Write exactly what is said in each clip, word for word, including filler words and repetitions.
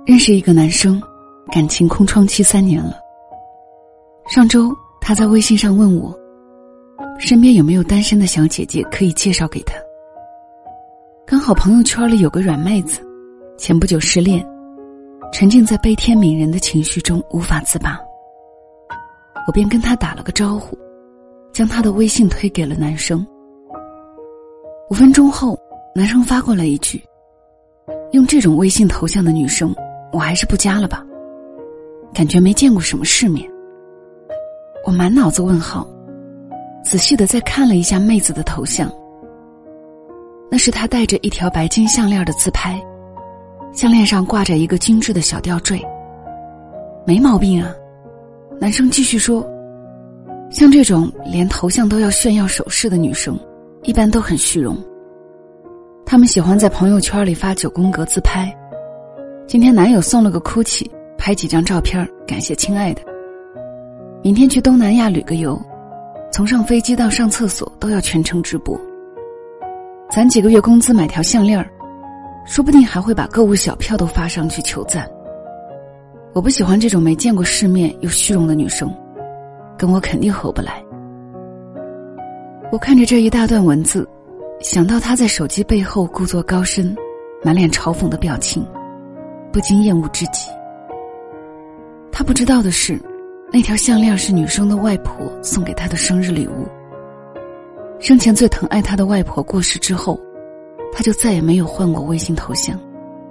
认识一个男生，感情空窗期三年了。上周他在微信上问我，身边有没有单身的小姐姐可以介绍给他。刚好朋友圈里有个软妹子，前不久失恋，沉浸在悲天悯人的情绪中无法自拔。我便跟他打了个招呼，将他的微信推给了男生。五分钟后，男生发过来一句，用这种微信头像的女生我还是不加了吧，感觉没见过什么世面。我满脑子问号，仔细地再看了一下妹子的头像，那是她戴着一条白金项链的自拍，项链上挂着一个精致的小吊坠。没毛病啊。男生继续说，像这种连头像都要炫耀首饰的女生一般都很虚荣，她们喜欢在朋友圈里发九宫格自拍，今天男友送了个 Gucci， 拍几张照片感谢亲爱的，明天去东南亚旅个游，从上飞机到上厕所都要全程直播，攒几个月工资买条项链，说不定还会把购物小票都发上去求赞。我不喜欢这种没见过世面又虚荣的女生，跟我肯定合不来。我看着这一大段文字，想到她在手机背后故作高深满脸嘲讽的表情，不禁厌恶至极。她不知道的是，那条项链是女生的外婆送给她的生日礼物。生前最疼爱她的外婆过世之后，她就再也没有换过微信头像。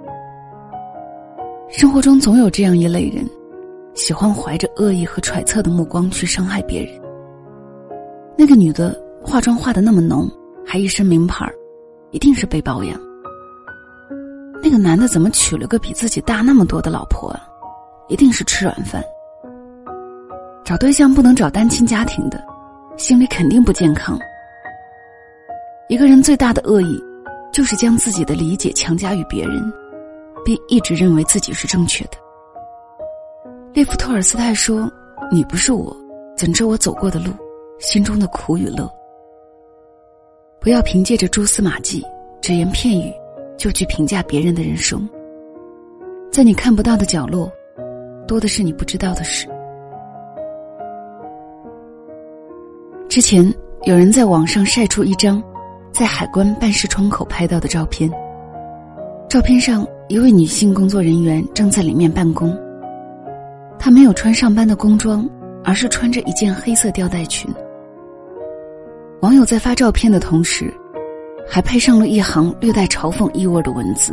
生活中总有这样一类人，喜欢怀着恶意和揣测的目光去伤害别人。那个女的化妆化得那么浓，还一身名牌，一定是被包养。那个男的怎么娶了个比自己大那么多的老婆啊，一定是吃软饭。找对象不能找单亲家庭的，心里肯定不健康。一个人最大的恶意，就是将自己的理解强加于别人，并一直认为自己是正确的。列夫·托尔斯泰说，你不是我，怎知我走过的路，心中的苦与乐。不要凭借着蛛丝马迹、只言片语就去评价别人的人生，在你看不到的角落，多的是你不知道的事。之前有人在网上晒出一张在海关办事窗口拍到的照片，照片上一位女性工作人员正在里面办公，她没有穿上班的工装，而是穿着一件黑色吊带裙。网友在发照片的同时，还配上了一行略带嘲讽意味的文字：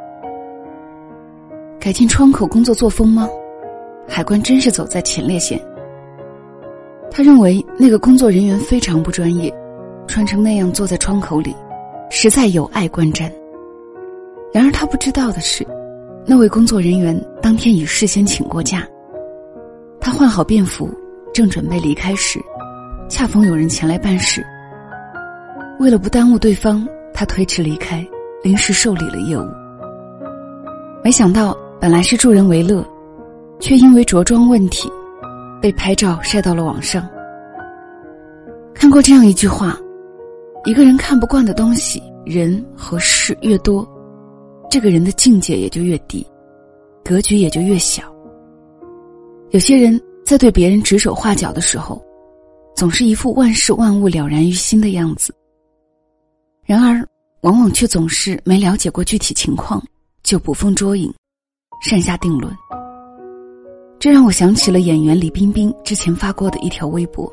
改进窗口工作作风吗？海关真是走在前列线。他认为那个工作人员非常不专业，穿成那样坐在窗口里，实在有碍观瞻。然而他不知道的是，那位工作人员当天已事先请过假。他换好便服，正准备离开时，恰逢有人前来办事。为了不耽误对方，他推迟离开，临时受理了业务。没想到本来是助人为乐，却因为着装问题被拍照晒到了网上。看过这样一句话，一个人看不惯的东西、人和事越多，这个人的境界也就越低，格局也就越小。有些人在对别人指手画脚的时候，总是一副万事万物了然于心的样子，然而往往却总是没了解过具体情况就捕风捉影，擅下定论。这让我想起了演员李冰冰之前发过的一条微博，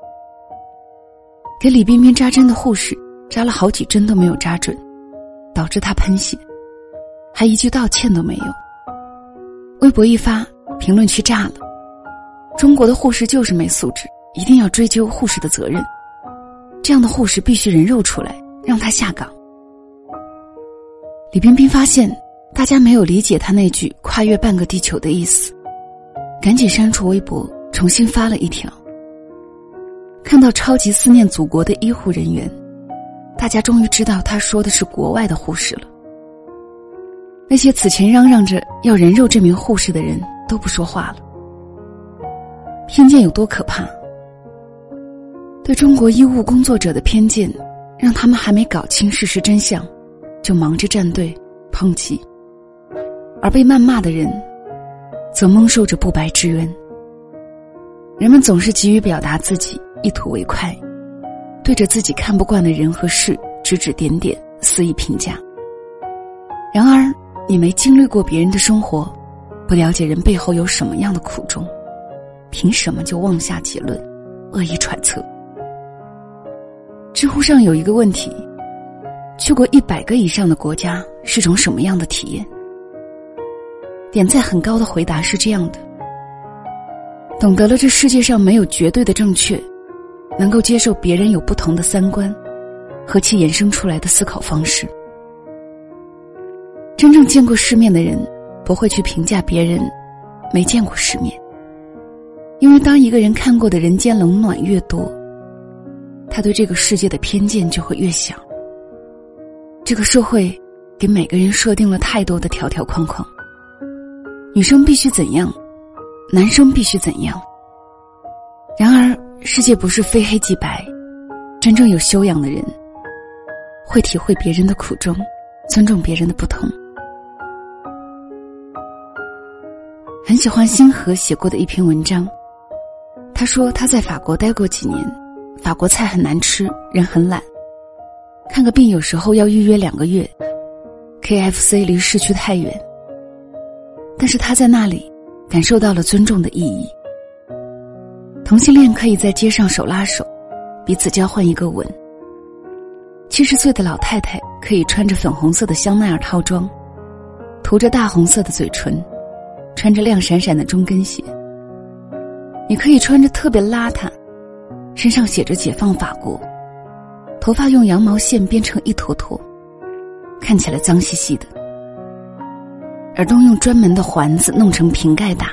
给李冰冰扎针的护士扎了好几针都没有扎准，导致她喷血，还一句道歉都没有。微博一发，评论区炸了，中国的护士就是没素质，一定要追究护士的责任，这样的护士必须人肉出来，让她下岗。李冰冰发现大家没有理解她那句跨越半个地球的意思，赶紧删除微博，重新发了一条。看到超级思念祖国的医护人员，大家终于知道他说的是国外的护士了。那些此前嚷嚷着要人肉这名护士的人都不说话了。偏见有多可怕？对中国医务工作者的偏见，让他们还没搞清事实真相，就忙着站队抨击。 而被谩骂的人则蒙受着不白之冤。人们总是急于表达自己，一吐为快，对着自己看不惯的人和事指指点点，肆意评价。然而你没经历过别人的生活，不了解人背后有什么样的苦衷，凭什么就妄下结论，恶意揣测？知乎上有一个问题，去过一百个以上的国家是种什么样的体验？点赞很高的回答是这样的：懂得了这世界上没有绝对的正确，能够接受别人有不同的三观和其衍生出来的思考方式。真正见过世面的人不会去评价别人没见过世面，因为当一个人看过的人间冷暖越多，他对这个世界的偏见就会越小。这个社会给每个人设定了太多的条条框框，女生必须怎样，男生必须怎样。然而世界不是非黑即白，真正有修养的人会体会别人的苦衷，尊重别人的不同。很喜欢星河写过的一篇文章，他说他在法国待过几年，法国菜很难吃，人很懒，看个病有时候要预约两个月， K F C 离市区太远，但是他在那里感受到了尊重的意义。同性恋可以在街上手拉手，彼此交换一个吻。七十岁的老太太可以穿着粉红色的香奈儿套装，涂着大红色的嘴唇，穿着亮闪闪的中跟鞋。你可以穿着特别邋遢，身上写着解放法国，头发用羊毛线编成一坨坨，看起来脏兮兮的，耳洞用专门的环子弄成瓶盖大。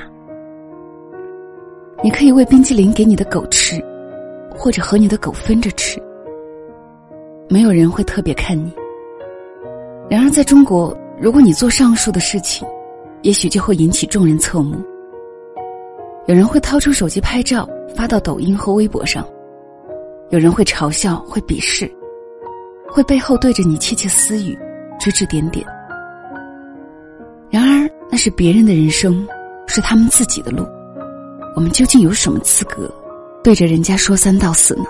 你可以喂冰淇淋给你的狗吃，或者和你的狗分着吃，没有人会特别看你。然而在中国，如果你做上述的事情，也许就会引起众人侧目。有人会掏出手机拍照发到抖音和微博上，有人会嘲笑，会鄙视，会背后对着你窃窃私语，指指点点。然而那是别人的人生，是他们自己的路，我们究竟有什么资格对着人家说三道四呢？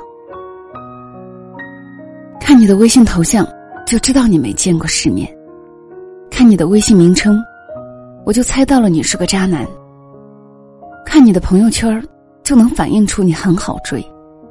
看你的微信头像就知道你没见过世面，看你的微信名称我就猜到了你是个渣男，看你的朋友圈就能反映出你很好追。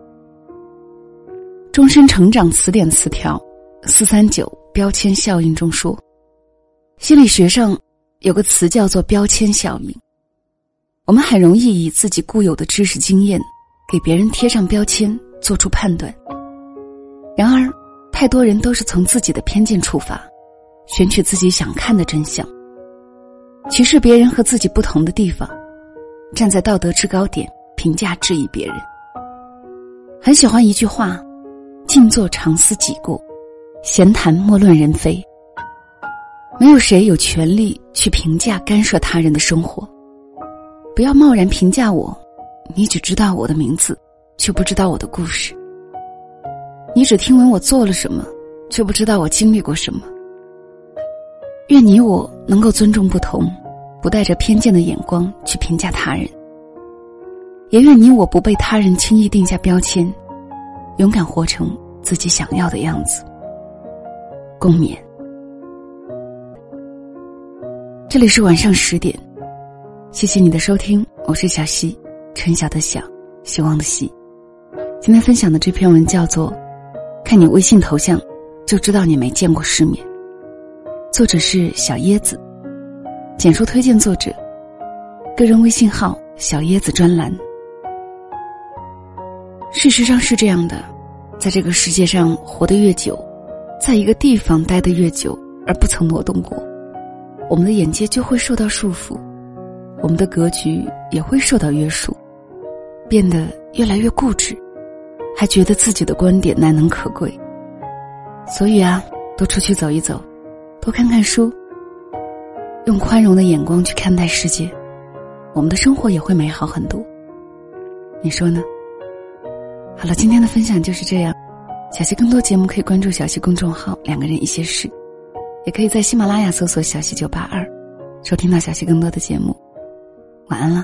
终身成长词典词条四三九标签效应中说，心理学上有个词叫做标签效应。我们很容易以自己固有的知识经验给别人贴上标签，做出判断。然而太多人都是从自己的偏见出发，选取自己想看的真相，歧视别人和自己不同的地方，站在道德制高点评价质疑别人。很喜欢一句话，静坐常思己过，闲谈莫论人非。没有谁有权利去评价干涉他人的生活，不要贸然评价我，你只知道我的名字，却不知道我的故事。你只听闻我做了什么，却不知道我经历过什么。愿你我能够尊重不同，不带着偏见的眼光去评价他人，也愿你我不被他人轻易定下标签，勇敢活成自己想要的样子。共勉。这里是晚上十点，谢谢你的收听，我是小溪，春晓的晓，希望的希。今天分享的这篇文叫做看你微信头像就知道你没见过世面，作者是小椰子，简述推荐作者个人微信号小椰子专栏。事实上是这样的，在这个世界上活得越久，在一个地方待得越久而不曾挪动过，我们的眼界就会受到束缚，我们的格局也会受到约束，变得越来越固执，还觉得自己的观点难能可贵。所以啊，多出去走一走，多看看书，用宽容的眼光去看待世界，我们的生活也会美好很多。你说呢？好了，今天的分享就是这样。小溪更多节目可以关注小溪公众号两个人一些事，也可以在喜马拉雅搜索小溪九八二， 收听到小溪更多的节目。晚安了。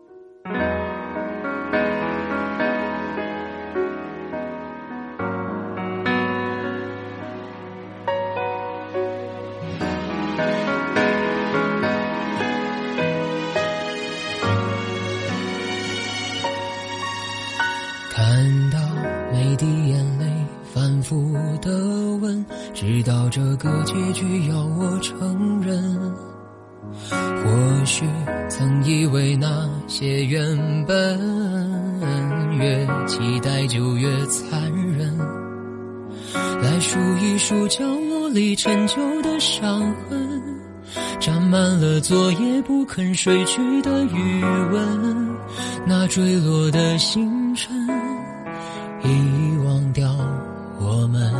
看到每滴眼泪反复地问，直到这个结局要我承认。或许曾以为那些原本越期待就越残忍，来数一数角落里陈旧的伤痕，沾满了昨夜不肯睡去的余温，那坠落的星辰遗忘掉我们。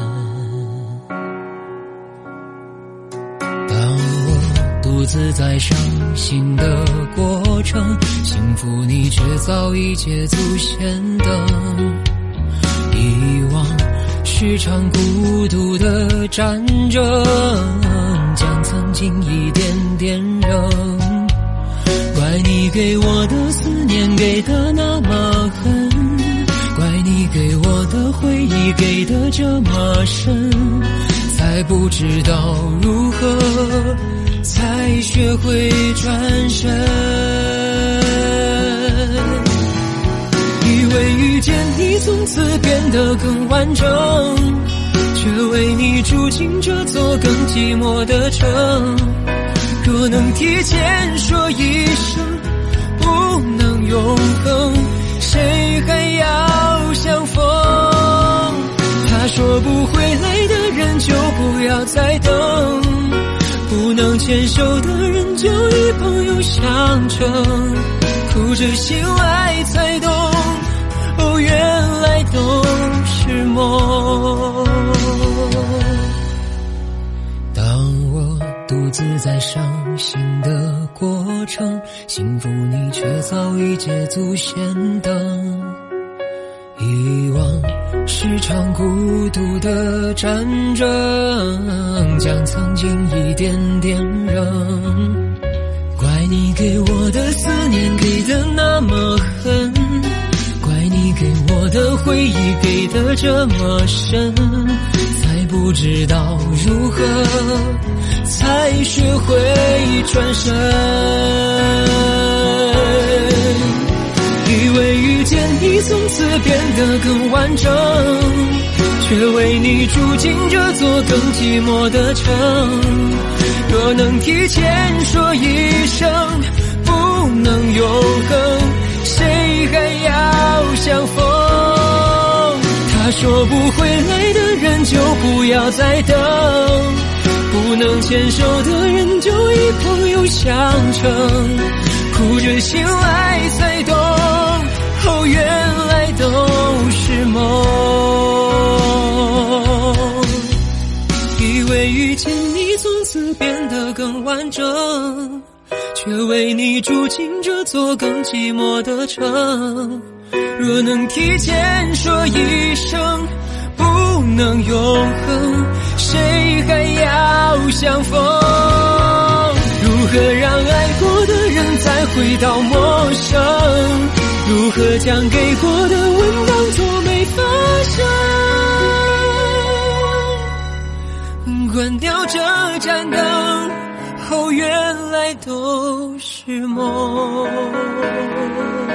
当我独自在伤心的过程，幸福你却早已捷足先登。遗忘是场孤独的战争，将曾经一点点扔。怪你给我的思念给的那么狠，怪你给我的回忆给的这么深，才不知道如何才学会转身。以为遇见你从此变得更完整，却为你住进这座更寂寞的城。若能提前说一声不能永恒，谁还要相逢？他说不回来的人就不要再等，不能牵手的人就与朋友相称。哭着醒来才懂，哦，原来都是梦。当我独自在伤心的过程，幸福你却早已捷足先登。遗忘是场孤独的战争，将曾经一点点扔。怪你给我的思念给的那么狠，怪你给我的回忆给的这么深，才不知道如何才学会转身。以为遇见你从此变得更完整，却为你住进这座更寂寞的城。若能提前说一声不能永恒，谁还要相逢？他说不回来的人就不要再等，不能牵手的人就与朋友相称。哭着醒来才懂，哦，原来都是梦。以为遇见你从此变得更完整，却为你住进这座更寂寞的城。若能提前说一声不能永恒，谁还要相逢？如何让爱过的人再回到陌生？如何将给过的吻当作没发生？关掉这盏灯，哦，原来都是梦。